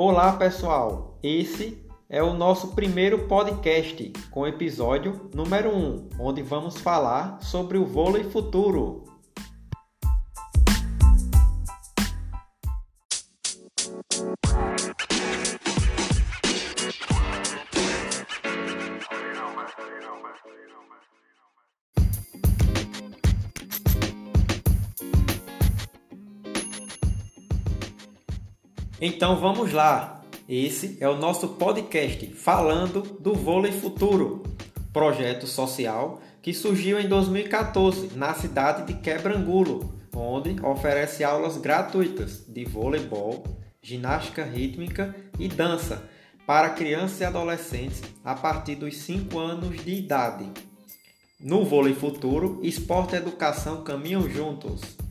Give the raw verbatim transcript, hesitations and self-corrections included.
Olá, pessoal! Esse é o nosso primeiro podcast com o episódio número um, onde vamos falar sobre o vôlei futuro. Então vamos lá! Esse é o nosso podcast falando do vôlei futuro, projeto social que surgiu em dois mil e quatorze na cidade de Quebrangulo, onde oferece aulas gratuitas de voleibol, ginástica rítmica e dança para crianças e adolescentes a partir dos cinco anos de idade. No vôlei futuro, esporte e educação caminham juntos.